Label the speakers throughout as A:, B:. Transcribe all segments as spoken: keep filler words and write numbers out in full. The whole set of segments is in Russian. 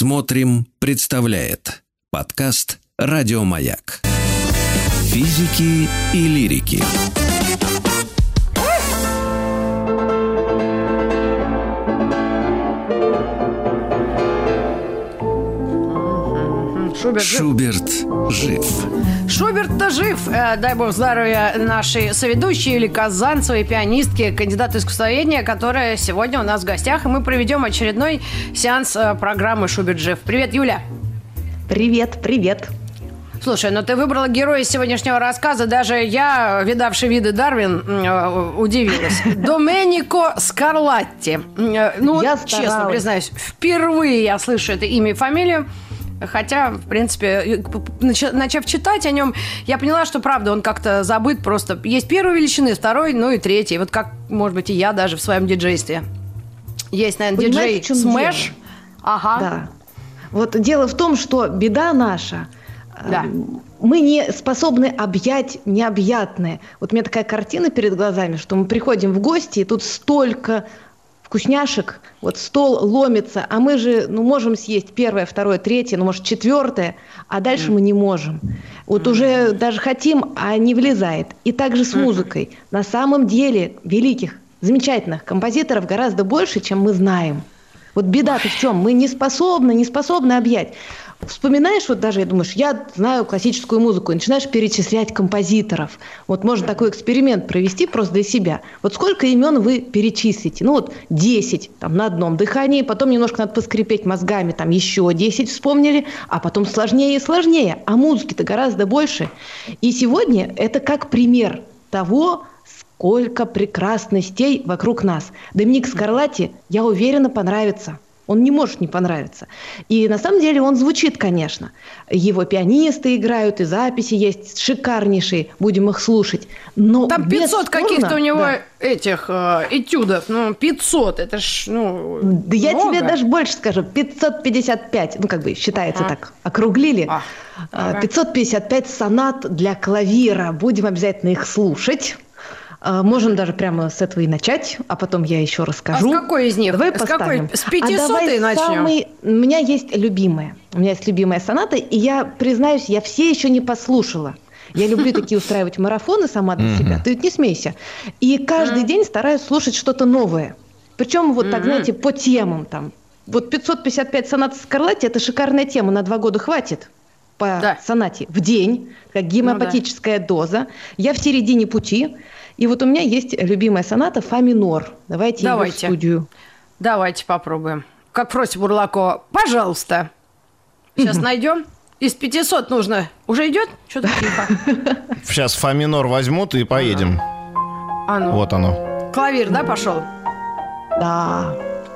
A: Смотрим, представляет подкаст «Радио Маяк». Физики и лирики.
B: Шуберт жив.
A: Шуберт жив.
B: Шуберт-то жив. Э, дай бог здоровья нашей соведущей Юлии Казанцевой, пианистке, кандидату искусствоведения, которая сегодня у нас в гостях. И мы проведем очередной сеанс э, программы «Шуберт жив». Привет, Юля.
C: Привет, привет.
B: Слушай, ну ты выбрала героя сегодняшнего рассказа. Даже я, видавший виды Дарвин, э, удивилась. Доменико Скарлатти. Э, ну,
C: я
B: вот, честно признаюсь, впервые я слышу это имя и фамилию. Хотя, в принципе, начав читать о нем, я поняла, что, правда, он как-то забыт просто. Есть первой величины, второй, ну и третий. Вот как, может быть, и я даже в своем диджействе. Есть, наверное,
C: Понимаете,
B: диджей Смэш. Ага.
C: Да. Вот дело в том, что беда наша.
B: Да.
C: Мы не способны объять необъятное. Вот у меня такая картина перед глазами, что мы приходим в гости, и тут столько вкусняшек, вот стол ломится, а мы же, ну, можем съесть первое, второе, третье, ну, может, четвертое, а дальше mm. мы не можем. Вот mm. уже даже хотим, а не влезает. И также с mm. музыкой. На самом деле великих, замечательных композиторов гораздо больше, чем мы знаем. Вот беда-то в чем? Мы не способны, не способны объять. Вспоминаешь, вот даже, я думаешь, я знаю классическую музыку, и начинаешь перечислять композиторов. Вот можно такой эксперимент провести просто для себя. Вот сколько имен вы перечислите? Ну вот десять там, на одном дыхании, потом немножко надо поскрипеть мозгами, там еще десять вспомнили, а потом сложнее и сложнее. А музыки-то гораздо больше. И сегодня это как пример того, сколько прекрасностей вокруг нас. Доминик Скарлатти, я уверена, понравится. Он не может не понравиться. И на самом деле он звучит, конечно. Его пианисты играют, и записи есть шикарнейшие. Будем их слушать. Но
B: там пятьсот
C: бесспорно,
B: каких-то у него
C: да.
B: этих э, этюдов. Ну, пятьсот. Это ж, ну,
C: Да я
B: много.
C: тебе даже больше скажу. пятьсот пятьдесят пять. Ну, как бы считается а. так. Округлили. А. Ага. пятьсот пятьдесят пять сонат для клавира. Будем обязательно их слушать. Можем даже прямо с этого и начать, а потом я еще расскажу.
B: А с какой из них?
C: Давай
B: с
C: поставим.
B: Какой? С пятисотой
C: а
B: начнем?
C: Самый... У меня есть любимая. У меня есть любимая соната, и я, признаюсь, я все еще не послушала. Я люблю такие устраивать марафоны сама для себя. Ты ведь не смейся. И каждый день стараюсь слушать что-то новое. Причем вот так, знаете, по темам там. Вот пятьсот пятьдесят пять сонат Скарлатти – это шикарная тема, на два года хватит. По да. сонате в день, как гомеопатическая ну, да. доза. Я в середине пути. И вот у меня есть любимая соната «Фа минор». Давайте, Давайте. ее в студию.
B: Давайте попробуем. Как просит Бурлакова, пожалуйста. Сейчас найдем. Из пятисот нужно. Уже идет? Что-то тихо.
D: Сейчас «Фа минор» возьмут и поедем.
B: А ну.
D: Вот оно.
B: Клавир, да, пошел?
C: Да.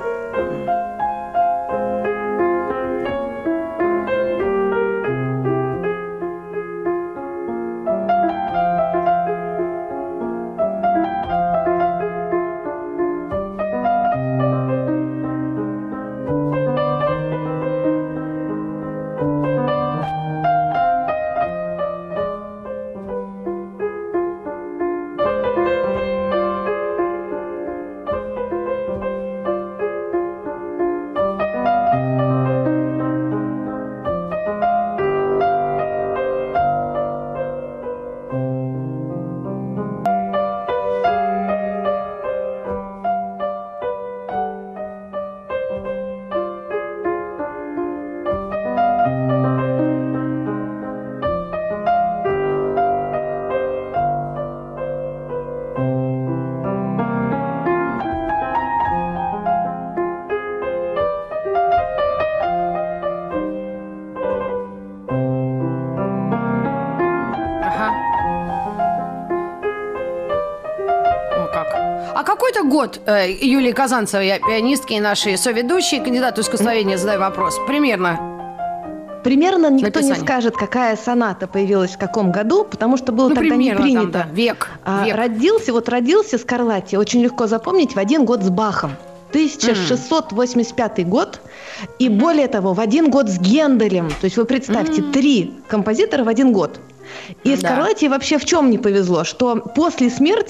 B: А какой-то год э, Юлии Казанцевой, пианистки и нашей соведущей, кандидату искусствоведения, задаю вопрос. Примерно.
C: Примерно никто
B: Написание.
C: не скажет, какая соната появилась в каком году, потому что было
B: ну,
C: тогда не принято.
B: Там, да. Век.
C: А,
B: век.
C: Родился, вот родился Скарлатти, очень легко запомнить, в один год с Бахом. тысяча шестьсот восемьдесят пятый год. И более того, в один год с Генделем. То есть вы представьте, mm. три композитора в один год. И
B: да.
C: Скарлатти вообще в чем не повезло? Что после смерти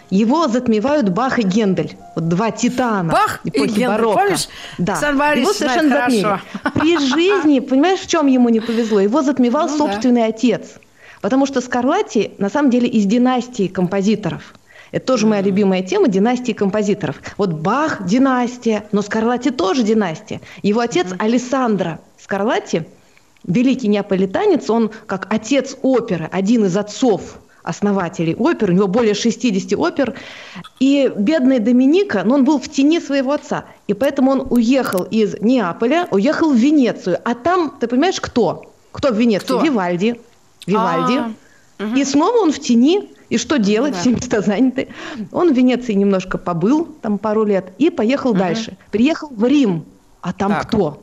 C: его затмевают Бах и Гендель. Вот два титана
B: Бах
C: эпохи
B: и Гендель,
C: барокко.
B: помнишь?
C: Да.
B: Сан Борис
C: Его совершенно
B: знает
C: затмили.
B: хорошо.
C: При жизни, понимаешь, в чем ему не повезло? Его затмевал
B: Ну,
C: собственный да. отец. Потому что Скарлатти, на самом деле, из династии композиторов. Это тоже моя любимая тема – династии композиторов. Вот Бах – династия, но Скарлатти тоже династия. Его отец mm-hmm. Алессандро Скарлатти, великий неаполитанец, он как отец оперы, один из отцов основателей оперы, у него более шестьдесят опер. И бедный Доминика, ну, он был в тени своего отца. И поэтому он уехал из Неаполя, уехал в Венецию. А там, ты понимаешь, кто? Кто в Венеции?
B: Кто?
C: Вивальди. Вивальди.
B: А-а-а.
C: И снова он в тени. И что делать?
B: Да.
C: Все места заняты. Он в Венеции немножко побыл, там пару лет, и поехал угу. дальше. Приехал в Рим. А там так. кто?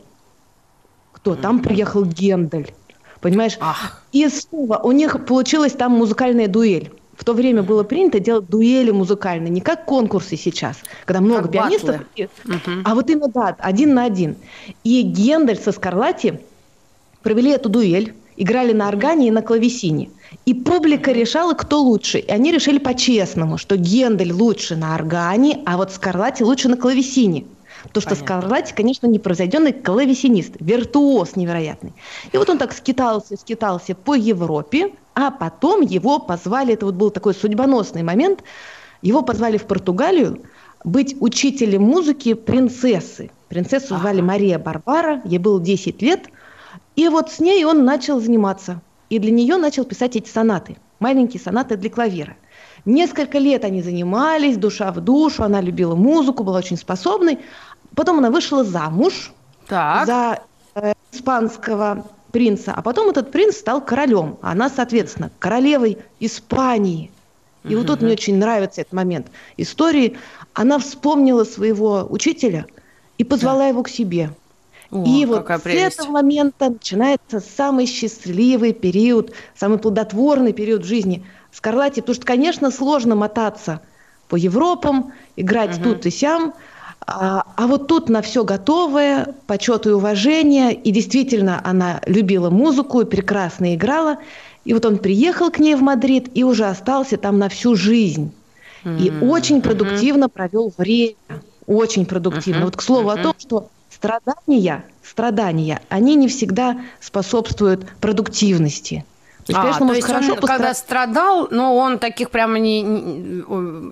C: Кто? Там приехал Гендель. Понимаешь?
B: Ах.
C: И снова у них получилась там музыкальная дуэль. В то время было принято делать дуэли музыкальные, не как конкурсы сейчас, когда много
B: как
C: пианистов,
B: батлы. Угу.
C: а вот именно, да, один на один. И Гендель со Скарлатти провели эту дуэль, играли на органе и на клавесине. И публика решала, кто лучше. И они решили по-честному, что Гендель лучше на органе, а вот Скарлатти лучше на клавесине. Потому что
B: Понятно.
C: Скарлатти, конечно, непревзойденный клавесинист, виртуоз невероятный. И вот он так скитался, скитался по Европе, а потом его позвали, это вот был такой судьбоносный момент, его позвали в Португалию быть учителем музыки принцессы. Принцессу звали Мария Барбара, ей было десять лет, и вот с ней он начал заниматься. И для нее начал писать эти сонаты, маленькие сонаты для клавира. Несколько лет они занимались, душа в душу, она любила музыку, была очень способной. Потом она вышла замуж
B: так.
C: за э, испанского принца, а потом этот принц стал королем, а она, соответственно, королевой Испании. И mm-hmm. вот тут мне очень нравится этот момент истории. Она вспомнила своего учителя и позвала да. его к себе.
B: О,
C: и вот с
B: прелесть.
C: этого момента начинается самый счастливый период, самый плодотворный период в жизни Скарлатти, потому что, конечно, сложно мотаться по Европам, играть угу. тут и сям, а, а вот тут на все готовое, почет и уважение, и действительно она любила музыку и прекрасно играла, и вот он приехал к ней в Мадрид и уже остался там на всю жизнь, угу. и очень продуктивно угу. провел время, очень продуктивно. Угу. Вот к слову угу. о том, что Страдания, страдания, они не всегда способствуют продуктивности. То есть,
B: а,
C: конечно,
B: то есть он,
C: постра...
B: когда страдал, но он таких прямо не, не,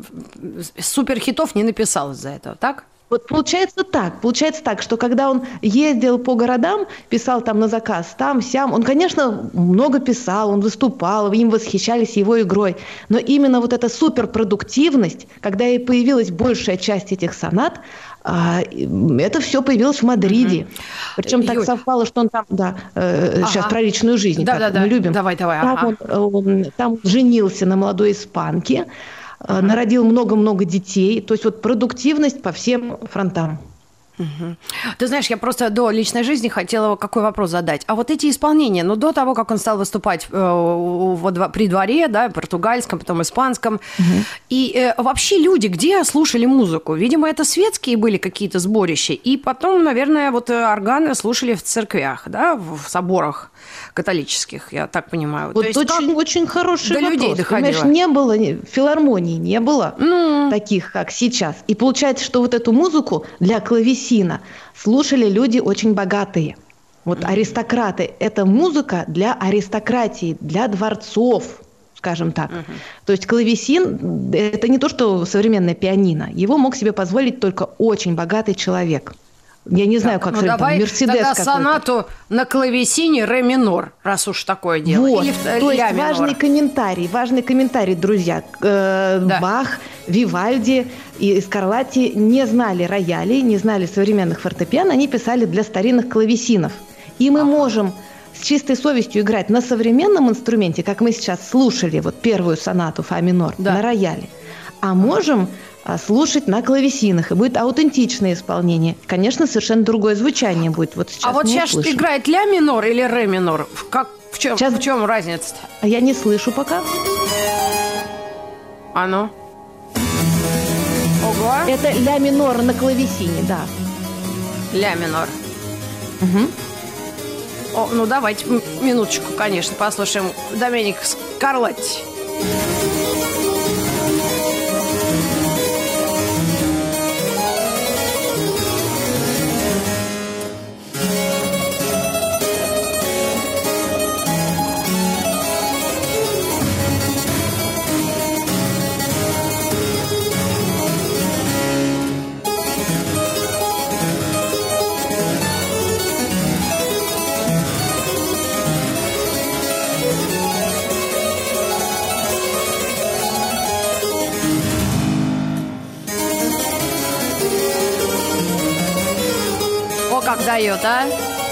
B: суперхитов не написал из-за этого, так?
C: Вот получается так, получается так, что когда он ездил по городам, писал там на заказ, там, сям, он, конечно, много писал, он выступал, им восхищались его игрой, но именно вот эта суперпродуктивность, когда и появилась большая часть этих сонат, это все появилось в Мадриде. Uh-huh. Причем так Юль. совпало, что он там, да, э, ага. сейчас про личную жизнь,
B: да,
C: как
B: да,
C: мы
B: да.
C: любим.
B: Давай, давай.
C: Там,
B: ага.
C: он, он, там женился на молодой испанке, uh-huh. народил много-много детей. То есть вот продуктивность по всем фронтам.
B: Угу. Ты знаешь, я просто до личной жизни хотела какой вопрос задать. А вот эти исполнения, ну, до того, как он стал выступать э, во, при дворе, да, португальском, потом испанском, угу. и э, вообще люди где слушали музыку? Видимо, это светские были какие-то сборища, и потом, наверное, вот органы слушали в церквях, да, в соборах католических, я так понимаю.
C: Вот
B: То есть
C: очень,
B: как
C: очень хороший
B: до
C: вопрос.
B: людей доходило?
C: Понимаешь, не было, филармонии не было
B: ну...
C: таких, как сейчас. И получается, что вот эту музыку для клавесина слушали люди очень богатые. Вот mm-hmm. аристократы. Это музыка для аристократии, для дворцов, скажем так. Mm-hmm. То есть клавесин – это не то, что современное пианино. Его мог себе позволить только очень богатый человек. Я не знаю,
B: так,
C: как
B: ну давай
C: Мерседес
B: тогда
C: какой-то.
B: Сонату на клавесине ре минор, раз уж такое дело.
C: Вот.
B: Или
C: то есть
B: ля минор.
C: важный комментарий, важный комментарий, друзья. Э, да. Бах, Вивальди и Скарлатти не знали роялей, не знали современных фортепиано, они писали для старинных клавесинов. И мы ага. можем с чистой совестью играть на современном инструменте, как мы сейчас слушали вот первую сонату фа минор да. на рояле, а можем слушать на клавесинах, и будет аутентичное исполнение. Конечно, совершенно другое звучание будет. Вот сейчас
B: а вот сейчас
C: услышим.
B: Играет ля минор или ре минор? Как, в чем,
C: сейчас...
B: в чем разница-то?
C: А я не слышу пока.
B: А ну? Ого!
C: Это ля минор на клавесине, да.
B: Ля минор.
C: Угу.
B: О, ну давайте минуточку, конечно, послушаем Доминик Скарлатти. передает, а?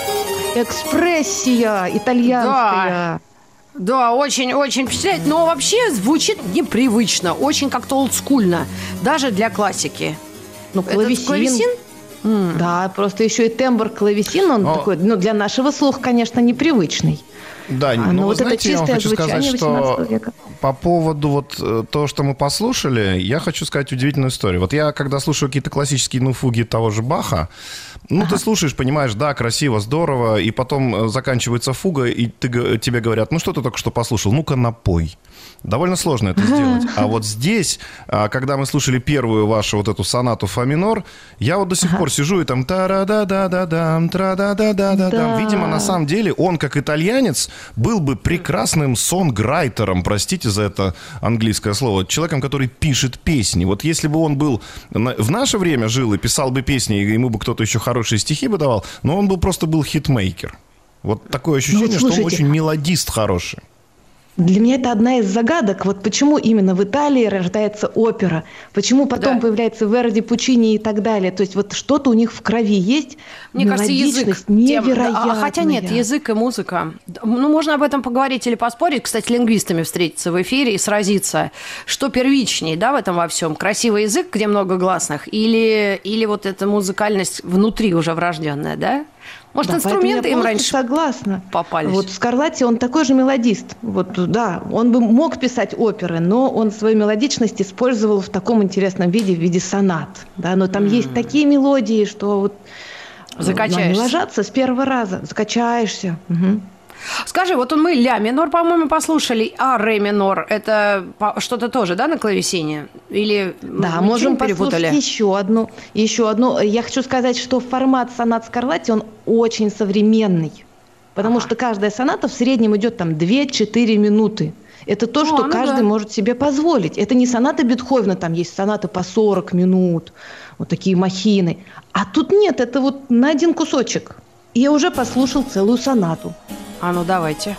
C: Экспрессия итальянская.
B: Да, да, очень-очень впечатляет. Но вообще звучит непривычно, очень как-то олдскульно, даже для классики.
C: Ну, клавесин.
B: Это клавесин?
C: Mm. Да, просто еще и тембр клавесин, он Но... такой, ну, для нашего слуха, конечно, непривычный.
D: Да,
C: а,
D: но
C: ну,
D: вы
C: вот
D: знаете, я вам хочу сказать, что
C: века.
D: По поводу вот то, что мы послушали, я хочу сказать удивительную историю. Вот я, когда слушаю какие-то классические, ну, фуги того же Баха, ну, ага. ты слушаешь, понимаешь, да, красиво, здорово, и потом заканчивается фуга, и ты, тебе говорят, ну, что ты только что послушал, ну-ка напой. Довольно сложно это сделать. А вот здесь, когда мы слушали первую вашу вот эту сонату фа минор, я вот до сих ага. пор сижу и там та-ра-да-да-да-дам, тра-да-да-да-да-дам. Да. Видимо, на самом деле, он, как итальянец, был бы прекрасным сонграйтером, простите за это английское слово, человеком, который пишет песни. Вот если бы он был в наше время жил и писал бы песни, и ему бы кто-то еще хорошие стихи бы давал, но он бы просто был хитмейкер. Вот такое ощущение, ну, вот что он очень мелодист хороший.
C: Для меня это одна из загадок. Вот почему именно в Италии рождается опера, почему потом да. появляется Верди, Пучини и так далее. То есть вот что-то у них в крови есть.
B: Мне кажется, язык
C: невероятная.
B: А, хотя нет, язык и музыка. Ну, можно об этом поговорить или поспорить. Кстати, лингвистами встретиться в эфире и сразиться. Что первичней, да, в этом во всем? Красивый язык, где много гласных, или, или вот эта музыкальность внутри уже врожденная, да? Может, да, инструменты им раньше
C: согласна.
B: попались?
C: Вот Скарлатти, он такой же мелодист. Вот, да, он бы мог писать оперы, но он свою мелодичность использовал в таком интересном виде, в виде сонат. Да, но там mm. есть такие мелодии, что вот
B: закачаешься.
C: Они ложатся с первого раза, закачаешься. Угу.
B: Скажи, вот мы ля минор, по-моему, послушали, а ре минор, это что-то тоже, да, на клавесине? Или
C: да, можем послушать еще одну, еще одну. Я хочу сказать, что формат сонат Скарлатти, он очень современный, потому ага. что каждая соната в среднем идет там две-четыре минуты. Это то, что ну, каждый да. может себе позволить. Это не соната Бетховена, там есть сонаты по сорок минут, вот такие махины. А тут нет, это вот на один кусочек. И я уже послушал целую сонату.
B: А ну давайте.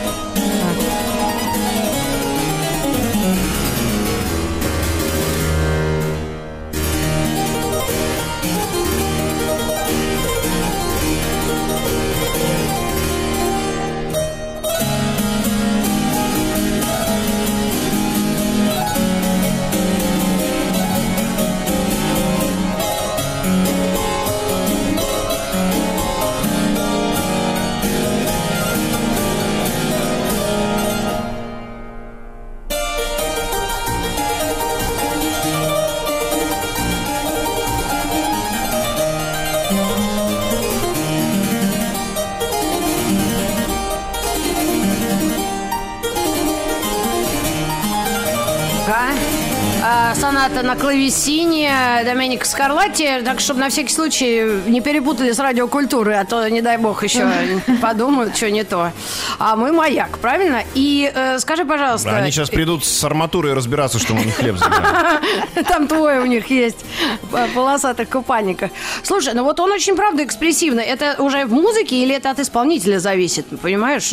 B: Соната на клавесине Доменико Скарлатти, так, чтобы на всякий случай не перепутали с радиокультурой, а то, не дай бог, еще подумают, что не то. А мы «Маяк», правильно? И э, скажи, пожалуйста...
D: Они сейчас придут с арматурой разбираться, что мы у них хлеб забираем.
B: Там твой у них есть полосатых купальниках. Слушай, ну вот он очень, правда, экспрессивный. Это уже в музыке или это от исполнителя зависит, понимаешь?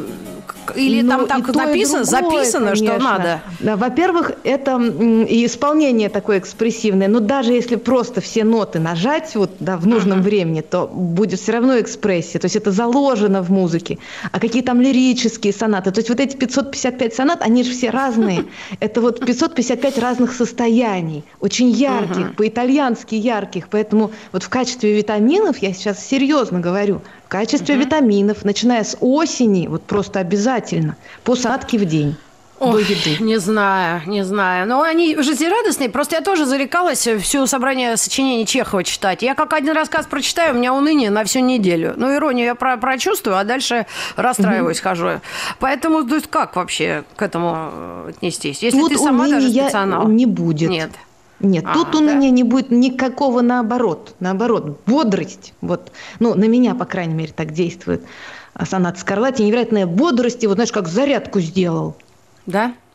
B: Или ну, там так написано, другое, записано, конечно. Что надо?
C: Да, во-первых, это и исполнение такое экспрессивное. Но даже если просто все ноты нажать вот, да, в нужном uh-huh. времени, то будет все равно экспрессия. То есть это заложено в музыке. А какие там лирические сонаты? То есть вот эти пятьсот пятьдесят пять сонат, они же все разные. Это вот пятьсот пятьдесят пять разных состояний. Очень ярких, по-итальянски ярких. Поэтому вот в качестве витаминов, я сейчас серьезно говорю, в качестве uh-huh. витаминов, начиная с осени, вот просто обязательно, по сонатке в день.
B: Ой, не знаю, не знаю. Но они жизнерадостные. Просто я тоже зарекалась все собрание сочинений Чехова читать. Я как один рассказ прочитаю, у меня уныние на всю неделю. Ну, иронию я про- прочувствую, а дальше расстраиваюсь, угу. хожу. Поэтому, то есть, как вообще к этому отнестись? Если
C: тут
B: ты сама даже специалист.
C: Не будет.
B: Нет.
C: Нет, а, тут у меня да? не будет никакого наоборот. Наоборот, бодрость. Вот, ну, на меня, по крайней мере, так действует сонат Скарлатти. Невероятная бодрость. И вот, знаешь, как зарядку сделал.
B: Да?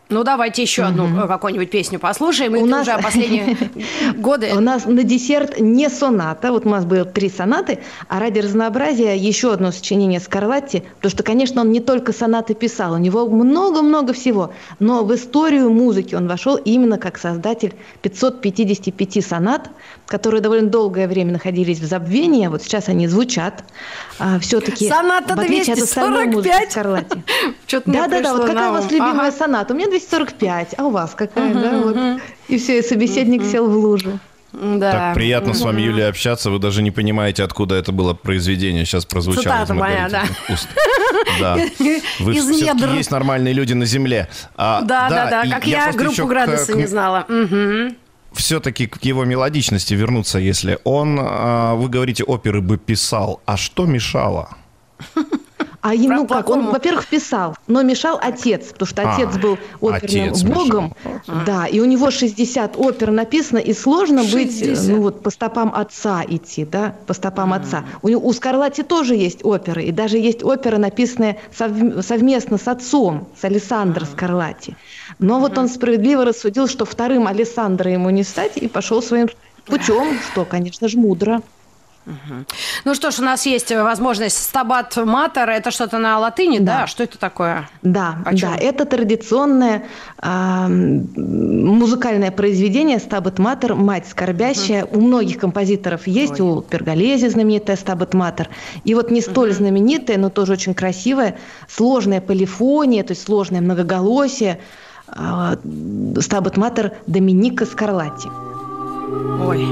B: Ну, давайте еще одну угу. какую-нибудь песню послушаем. И
C: нас...
B: уже последние годы...
C: У нас на десерт не соната. Вот у нас было три сонаты, а ради разнообразия еще одно сочинение Скарлатти. Потому что, конечно, он не только сонаты писал, у него много-много всего. Но в историю музыки он вошел именно как создатель пятьсот пятьдесят пять сонат, которые довольно долгое время находились в забвении. Вот сейчас они звучат. А, все-таки,
B: соната двести сорок пять.
C: Скарлатти. Да-да-да, вот какая у вас любимая ага. соната? У меня двести сорок пять, а у вас какая, uh-huh, да? Вот. Uh-huh. И все, и собеседник uh-huh. сел в лужу.
B: Да.
D: Так приятно uh-huh. с вами, Юлия, общаться. Вы даже не понимаете, откуда это было произведение сейчас прозвучало.
B: Цитата моя, да.
D: Да. Вы все-таки есть нормальные люди на земле.
B: Да-да-да, как я группу «Градусы» не знала.
D: Все-таки к его мелодичности вернуться, если он, вы говорите, оперы бы писал. А что мешало?
C: А ему как? Он, во-первых, писал, но мешал отец, потому что отец а, был оперным отец богом. Мешал. Да, и у него шестьдесят опер написано, и сложно шестьдесят. Быть, ну вот, по стопам отца идти, да, по стопам mm. отца. У, у Скарлатти тоже есть оперы, и даже есть оперы, написанные сов, совместно с отцом, с Алессандро mm. Скарлатти. Но mm. вот он справедливо рассудил, что вторым Алессандро ему не стать, и пошел своим путем, что, конечно же, мудро.
B: Угу. Ну что ж, у нас есть возможность «Стабат Матер». Это что-то на латыни, да? да? Что это такое?
C: Да, да, это традиционное э, музыкальное произведение «Стабат Матер», «Мать скорбящая». Угу. У многих композиторов есть, Ой. у Перголези знаменитая «Стабат Матер». И вот не столь угу. знаменитая, но тоже очень красивая, сложная полифония, то есть сложное многоголосие э, «Стабат Матер» Доминика Скарлатти.
B: Ой.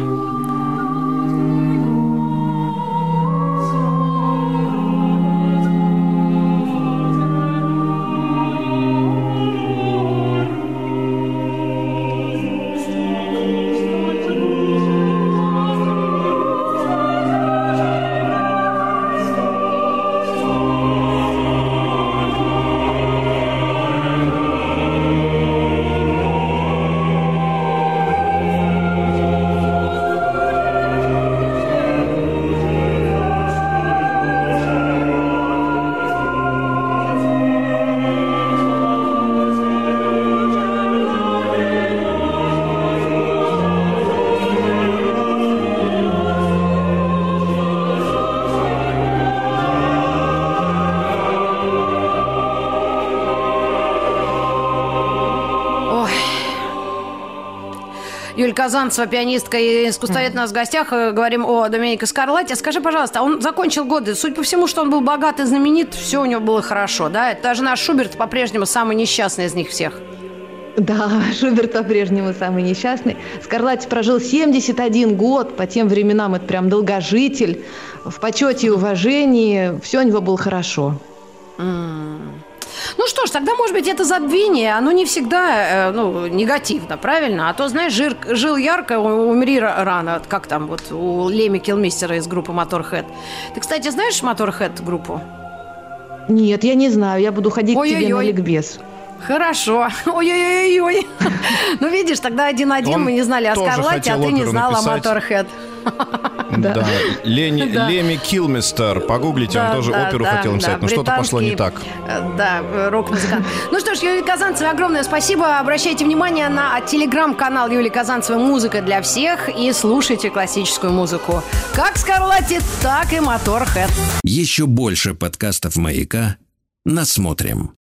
B: Юлия Казанцева, пианистка и искусствовед, у нас в гостях. Говорим о Доменико Скарлатти. Скажи, пожалуйста, он закончил годы. Судя по всему, что он был богат и знаменит, все у него было хорошо, да? Даже наш Шуберт по-прежнему самый несчастный из них всех.
C: Да, Шуберт по-прежнему самый несчастный. Скарлатти прожил семьдесят один год. По тем временам это прям долгожитель. В почете и уважении. Все у него было хорошо.
B: Mm. Ну что ж, тогда, может быть, это забвение, оно не всегда, ну, негативно, правильно? А то, знаешь, жир, жил ярко, умри рано, как там вот у Леми Килмистера из группы Motorhead. Ты, кстати, знаешь Motorhead группу?
C: Нет, я не знаю, я буду ходить Ой-ой-ой. к тебе на ликбез.
B: Хорошо. Ой-ой-ой-ой. Ну, видишь, тогда один-один мы не знали о Скарлатти, а ты не знала о Motorhead.
D: Да. да. Лени, да. Леми Килмистер. Погуглите, да, он тоже да, оперу да, хотел написать, да, но что-то пошло не так.
B: Да, рок-музыкант. Ну что ж, Юлия Казанцева, огромное спасибо. Обращайте внимание на телеграм-канал Юлии Казанцевой «Музыка для всех» и слушайте классическую музыку. Как Скарлатти, так и Motorhead.
A: Еще больше подкастов «Маяка» насмотрим.